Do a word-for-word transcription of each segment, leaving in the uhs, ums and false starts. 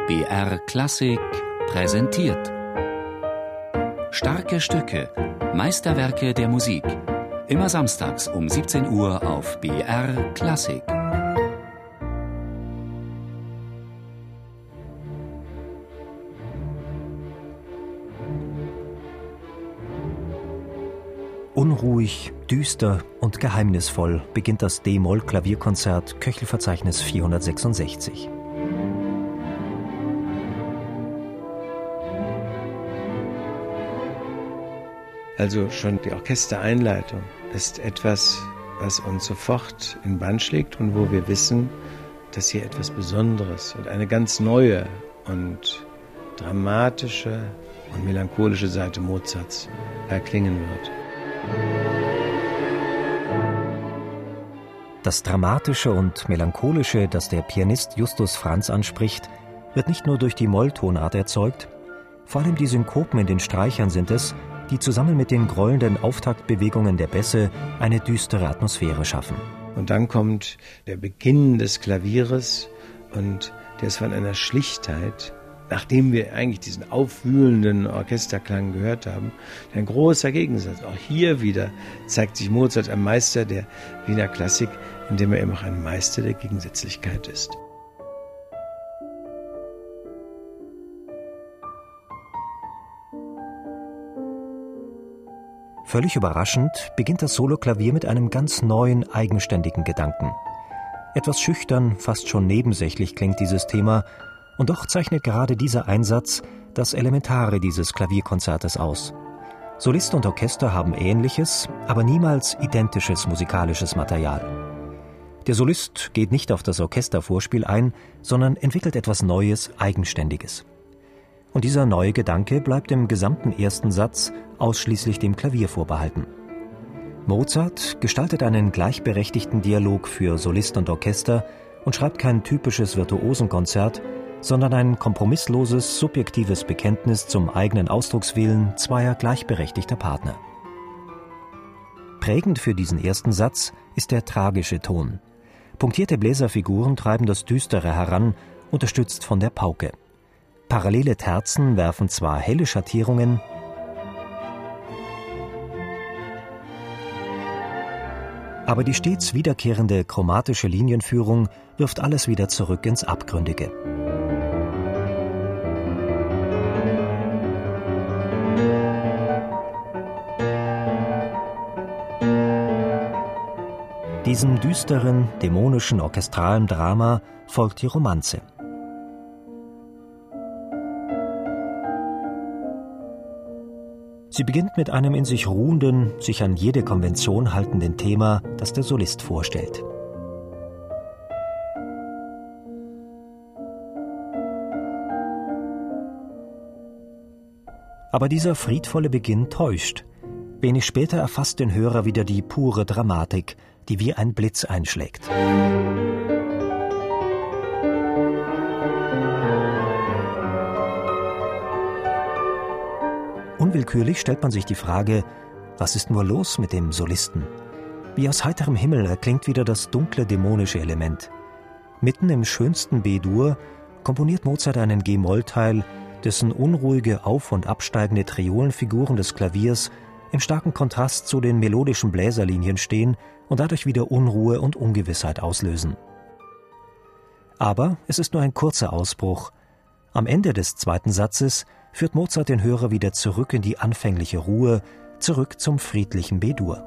B R Klassik präsentiert. Starke Stücke, Meisterwerke der Musik. Immer samstags um siebzehn Uhr auf B R Klassik. Unruhig, düster und geheimnisvoll beginnt das D-Moll-Klavierkonzert Köchelverzeichnis vierhundertsechsundsechzig. Also schon die Orchestereinleitung ist etwas, was uns sofort in den Bann schlägt und wo wir wissen, dass hier etwas Besonderes und eine ganz neue und dramatische und melancholische Seite Mozarts erklingen wird. Das Dramatische und Melancholische, das der Pianist Justus Franz anspricht, wird nicht nur durch die Molltonart erzeugt, vor allem die Synkopen in den Streichern sind es, die zusammen mit den grollenden Auftaktbewegungen der Bässe eine düstere Atmosphäre schaffen. Und dann kommt der Beginn des Klavieres und der ist von einer Schlichtheit, nachdem wir eigentlich diesen aufwühlenden Orchesterklang gehört haben, ein großer Gegensatz. Auch hier wieder zeigt sich Mozart ein Meister der Wiener Klassik, indem er eben auch ein Meister der Gegensätzlichkeit ist. Völlig überraschend beginnt das Soloklavier mit einem ganz neuen, eigenständigen Gedanken. Etwas schüchtern, fast schon nebensächlich klingt dieses Thema, und doch zeichnet gerade dieser Einsatz das Elementare dieses Klavierkonzertes aus. Solist und Orchester haben ähnliches, aber niemals identisches musikalisches Material. Der Solist geht nicht auf das Orchestervorspiel ein, sondern entwickelt etwas Neues, Eigenständiges. Und dieser neue Gedanke bleibt im gesamten ersten Satz ausschließlich dem Klavier vorbehalten. Mozart gestaltet einen gleichberechtigten Dialog für Solist und Orchester und schreibt kein typisches Virtuosenkonzert, sondern ein kompromissloses, subjektives Bekenntnis zum eigenen Ausdruckswillen zweier gleichberechtigter Partner. Prägend für diesen ersten Satz ist der tragische Ton. Punktierte Bläserfiguren treiben das Düstere heran, unterstützt von der Pauke. Parallele Terzen werfen zwar helle Schattierungen, aber die stets wiederkehrende chromatische Linienführung wirft alles wieder zurück ins Abgründige. Diesem düsteren, dämonischen, orchestralen Drama folgt die Romanze. Sie beginnt mit einem in sich ruhenden, sich an jede Konvention haltenden Thema, das der Solist vorstellt. Aber dieser friedvolle Beginn täuscht. Wenig später erfasst den Hörer wieder die pure Dramatik, die wie ein Blitz einschlägt. Unwillkürlich stellt man sich die Frage, was ist nur los mit dem Solisten? Wie aus heiterem Himmel erklingt wieder das dunkle dämonische Element. Mitten im schönsten B-Dur komponiert Mozart einen G-Moll-Teil, dessen unruhige, auf- und absteigende Triolenfiguren des Klaviers im starken Kontrast zu den melodischen Bläserlinien stehen und dadurch wieder Unruhe und Ungewissheit auslösen. Aber es ist nur ein kurzer Ausbruch. Am Ende des zweiten Satzes führt Mozart den Hörer wieder zurück in die anfängliche Ruhe, zurück zum friedlichen B-Dur.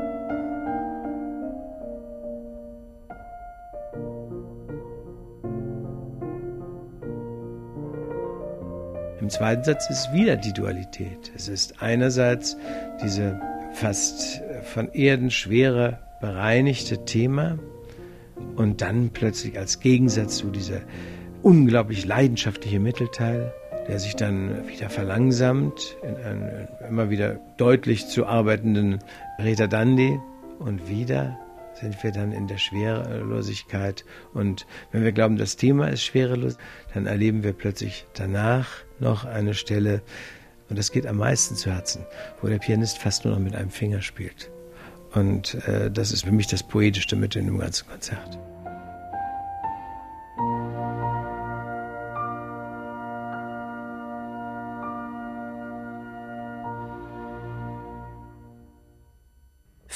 Im zweiten Satz ist wieder die Dualität. Es ist einerseits diese fast von Erdenschwere bereinigte Thema und dann plötzlich als Gegensatz zu dieser unglaublich leidenschaftliche Mittelteil, der sich dann wieder verlangsamt in einem immer wieder deutlich zu arbeitenden Retardandi und wieder sind wir dann in der Schwerelosigkeit. Und wenn wir glauben, das Thema ist schwerelos, dann erleben wir plötzlich danach noch eine Stelle, und das geht am meisten zu Herzen, wo der Pianist fast nur noch mit einem Finger spielt. Und äh, das ist für mich das Poetischste mit in dem ganzen Konzert.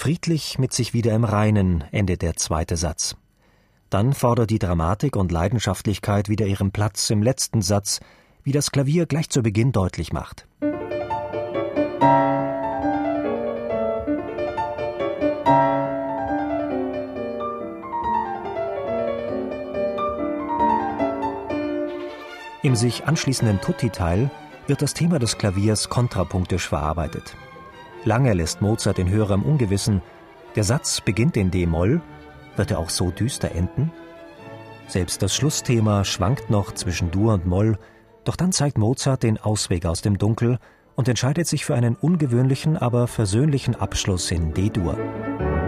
Friedlich mit sich wieder im Reinen endet der zweite Satz. Dann fordert die Dramatik und Leidenschaftlichkeit wieder ihren Platz im letzten Satz, wie das Klavier gleich zu Beginn deutlich macht. Im sich anschließenden Tutti-Teil wird das Thema des Klaviers kontrapunktisch verarbeitet. Lange lässt Mozart den Hörer im Ungewissen. Der Satz beginnt in d-Moll. Wird er auch so düster enden? Selbst das Schlussthema schwankt noch zwischen Dur und Moll, doch dann zeigt Mozart den Ausweg aus dem Dunkel und entscheidet sich für einen ungewöhnlichen, aber versöhnlichen Abschluss in D-Dur.